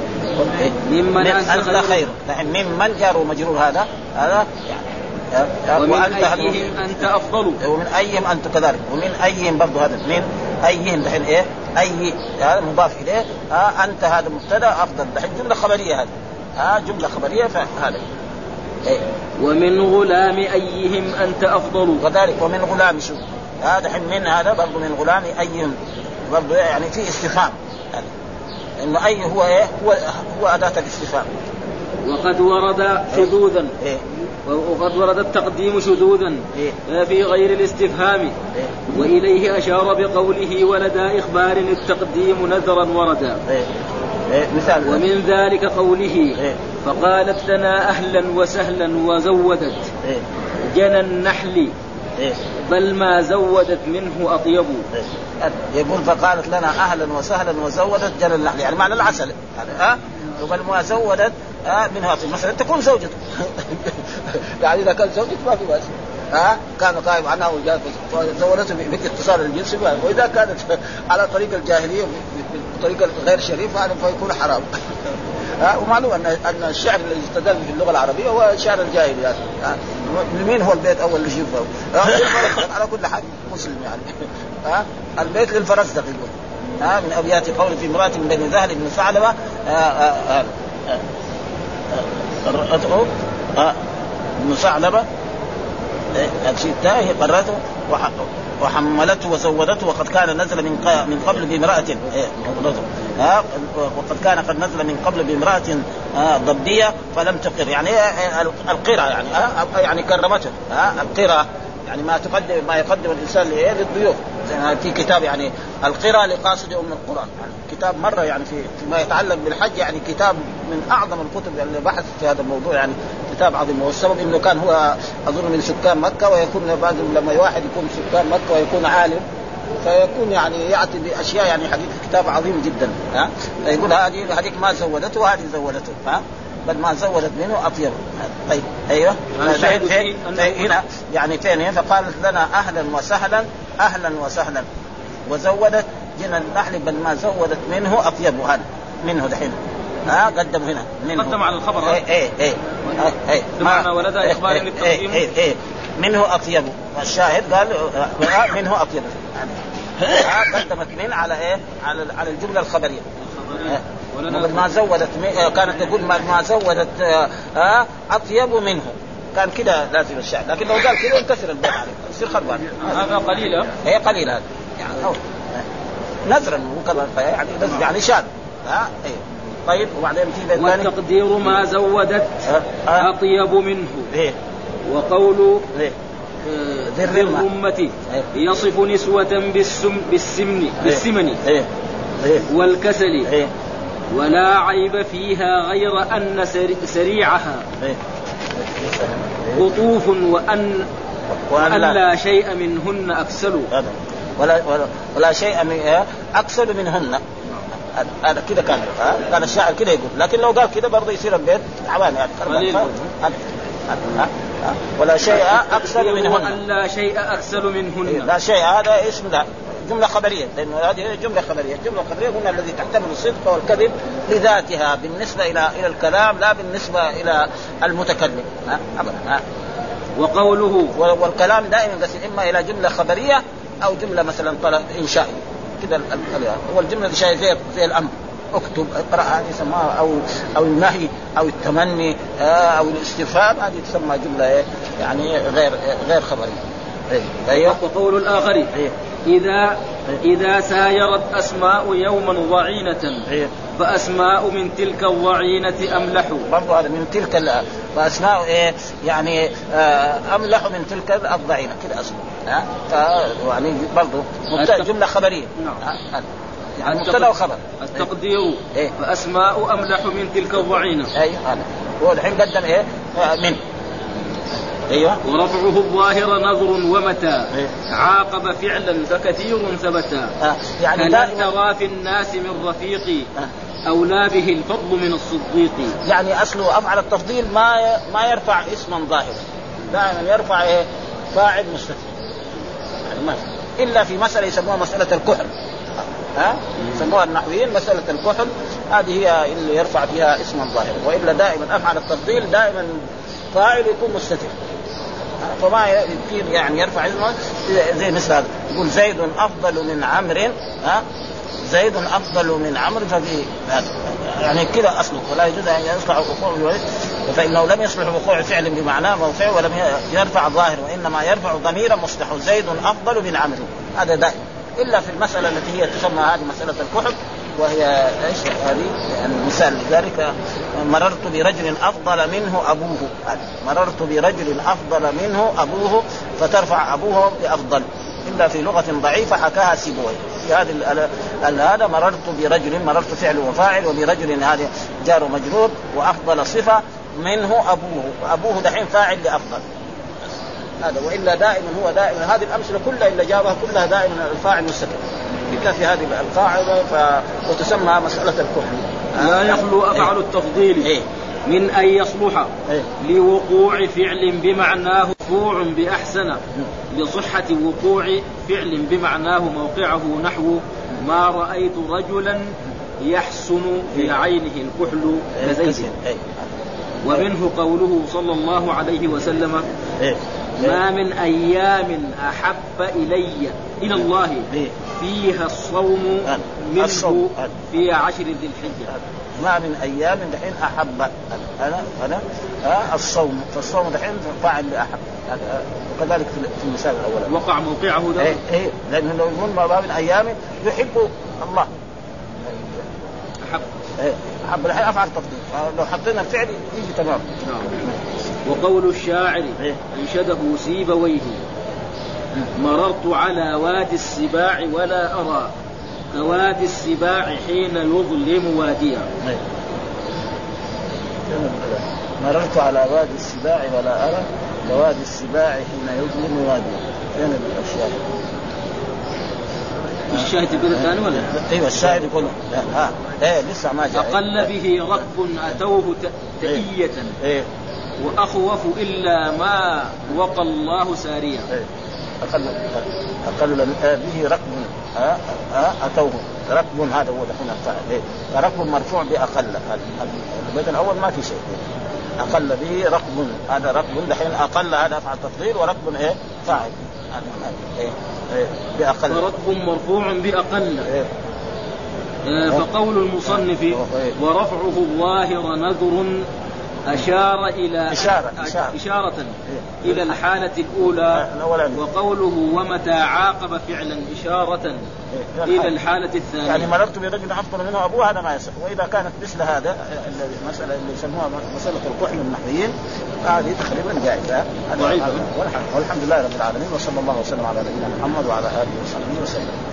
ممن أنت خير, خير. ممن جار ومجرور هذا هذا يعني ومن أيهم أنت أفضل ومن أيهم أنت كذلك ومن أيهم برضو هذا من أيهم دحين إيه أي هذا مضاف إليه ها أنت هذا مبتدأ أفضل دحين جملة خبرية هذا ها جملة خبرية فهذا إيه. ومن غلام أيهم أنت أفضل وذلك ومن غلام شو هذا حين من هذا برضو من غلام أيهم برضو يعني في استفهام يعني إنه أي هو إيه هو هو أداة الاستفهام وقد ورد شذوذا إيه؟ وقد ورد التقديم شذوذا إيه؟ في غير الاستفهام. إيه؟ وإليه أشار بقوله ولدى إخبار التقديم نذرا وردا. إيه؟ إيه؟ مثال. ومن ذلك قوله إيه؟ فقالت لنا أهلا وسهلا وزودت إيه؟ جنى النحل إيه؟ بل ما زودت منه أطيب. إيه؟ يقول فقالت لنا أهلا وسهلا وزودت جنى النحل يعني معنى العسل يعني ها بل ما زودت آه منها أطيب مثلا تكون زوجته يعني إذا كان زوجته ما في بأس ها كان قائم عنها وجاء زودته باتصال الجنس وإذا كانت على طريق الجاهلية بطريقة غير شريفة فيكون حرام. ها ومعلوم أن أن الشعر الذي استدل في اللغة العربية هو شعر الجاهلية يعني. لمين هو البيت أول اللي يشوفه؟ على كل حال مسلم يعني. ها البيت للفرزدق يقول ها من أبيات قول في امرأة من بني ذهل بن ثعلبة رأته بن ثعلبة الشتاء هي قرته وحملته وزودته وقد كان نزل من من قبل بامرأة ها وقد كان قد نزل من قبل بامرأة ضبية فلم تقر يعني القرى يعني يعني كرمته ها القرى يعني ما تقدم ما يقدم الإنسان للضيوف في كتاب يعني القرى لقاصد أم القرآن يعني كتاب مرة يعني في ما يتعلق بالحج يعني كتاب من أعظم الكتب اللي بحث في هذا الموضوع يعني كتاب عظيم. والسبب إنه كان هو أظن من سكان مكة ويكون بعد لما واحد يكون سكان مكة ويكون عالم فيكون يعني يعطي بأشياء يعني حديث كتاب عظيم جدا ها يقول هذه هذيك ما زودته وهذه زودته ها بل ما زودت منه أطيب. طيب أيوه هنا يعني ثانيا فقالت لنا أهلا وسهلا أهلا وسهلا وزودت جنى النحل بل ما زودت منه أطيب هذا منه دحين ها قدم هنا منه قدم على الخبر ايه ايه ايه ايه معنى ولد إخبار ايه بالتقديم ايه ايه منه أطيب والشاهد قال منه أطيب ها قدمت من على ايه على على الجملة الخبرية ما زودت كانت تقول ما زودت آه أطيب منه كان كده لازم الشعر لكن لو قال كده ينكسر البيت عليه يصير خربان هذا قليلة هي قليلة هذا يعني نذرا وكذا يعني يعني شاذ ها ايه. طيب وبعدين في بيت ثاني والتقدير ما زودت أطيب منه إيه؟ وقول إيه؟ ذي الرمة يصف نسوة بالسم بالسمن بالسمن إيه؟ إيه؟ والكسل إيه؟ ولا عيب فيها غير أن سريعها إيه؟ قطوف وأن وأن لا شيء منهن أكسل ولا ولا, ولا شيء من أكسل منهن هذا كده كان كان الشاعر كده يقول لكن لو قال كده برضه يصير البيت تعبان يعني ولا شيء أكسل منهن وأن لا شيء أكسل منهن لا شيء هذا اسم لا جملة خبرية لأنه هذه جملة خبرية جملة خبرية هنا الذي تحتمل الصدق والكذب لذاتها بالنسبة إلى إلى الكلام لا بالنسبة إلى المتكلم أبدا. وقوله والكلام دائما ينقسم إما إلى جملة خبرية أو جملة مثلا طلب إنشائي كده هو الجملة دي شيء زي زي الأمر اكتب اقرأ هذه يسمى أو أو النهي أو التمني أو الاستفهام هذه تسمى جملة يعني غير غير خبرية. أيوة. وقول الآخر إذا إذا سايرت أسماء يوما ضعينة فأسماء من تلك الضعينة أملح برضو هذا من تلك فأسماء إيه يعني أملح من تلك الضعينة كده أسماء ها يعني برضو جملة خبرية يعني مبتدا وخبر. التقدير إيه؟ فأسماء أملح من تلك الضعينة أيوة هذا هو الحين قدم إيه من أيوة. ورفعه الظاهر نظر ومتى إيه؟ عاقب فعلا فكثير ثبتا آه. يعني هل ترى في الناس من رفيق آه. أولى به الفضل من الصديق يعني أصله أفعل التفضيل ما ما يرفع اسما ظاهرا دائما يرفع إيه فاعل مستتر يعني ما إلا في مسألة يسموها مسألة الكحل ها يسموها النحويين مسألة الكحل هذه هي اللي يرفع فيها اسما ظاهرا وإلا دائما أفعل التفضيل دائما فاعل يكون مستتر فما يمكن يعني يرفع اسمه زي مثل هذا يقول زيد أفضل من عمرو ها زيد أفضل من عمرو ففي يعني كده أصله ولا يجوز أن يصلح وقوع فإنه لم يصلح وقوع فعل بمعناه موقع ولم يرفع ظاهر وإنما يرفع ضميرا مصلح زيد أفضل من عمرو هذا دائما إلا في المسألة التي هي تسمى هذه مسألة الكحل وهي ايش هذه يعني مثال لذلك. مررت برجل افضل منه ابوه، مررت برجل افضل منه ابوه فترفع ابوه بافضل، الا في لغه ضعيفه حكاها سيبوي في هذه هذا مررت برجل، مررت فعل وفاعل، وبرجل هذا جار مجرور، وافضل صفه منه ابوه، ابوه دحين فاعل لافضل هذا. والا دائما هو دائما هذه الامثله كلها اللي جابها كلها دائما الفاعل مستتر الا في هذه القاعده ف... وتسمى مساله الكحل. لا يخلو افعل التفضيل إيه؟ من ان يصلح إيه؟ لوقوع فعل بمعناه مرفوع باحسن، لصحه وقوع فعل بمعناه موقعه، نحو ما رايت رجلا يحسن في عينه الكحل كزيد. ومنه قوله صلى الله عليه وسلم ما من أيام أحب إلي إلى الله فيها الصوم منه في عشر ذي الحجة. ما من أيام دحين أحب أنا أنا الصوم، فالصوم دحين فاعل لأحب، وكذلك في المثال الأول وقع موقعه ده. إيه إيه لأنه لو يقول ما من أيام يحب الله أحب إيه أحب الحين أفعل تفضيل، لو حطينا الفعل يجي تمام. وقول الشاعر أنشده سيبويه مررت على وادي السباع ولا أرى كوادي السباع حين يظلم واديا. مررت على وادي السباع ولا أرى كوادي السباع حين يظلم واديا. فين الأشياء؟ الشاهد يقول الثاني ولا؟ ايوه الشاهد يقول ها ايه لسه ما جاء. أقل به ركب أتوه تأية إيه؟ وأخوف إلا ما وقى الله ساريا. إيه؟ أقل أقل به ركب ها ها أتوه ركب، هذا هو دحين الفاعل. إيه؟ ركب مرفوع بأقل، البيت الأول ما في شيء. أقل به ركب، هذا ركب دحين أقل، هذا أفعل تفضيل، وركب إيه فاعل إيه إيه بأقل، فركب مرفوع بأقل. إيه؟ آه فقول المصنف إيه؟ ورفعه الظاهر نذر أشار إلى إشارة, إشارة. إشارة إيه؟ إلى الحالة الأولى. وقوله ومتى عاقب فعلا إشارة إيه؟ إلى الحالة الثانية. يعني مررت برجل أفضل منه أبوه هذا ما يصح. وإذا كانت مثل هذا المسألة اللي يسموها مسألة الكحل النحويين هذه تقريبا جائزة. والحمد لله رب العالمين، وصلى الله وسلم على نبينا محمد وعلى آله وصحبه وسلم.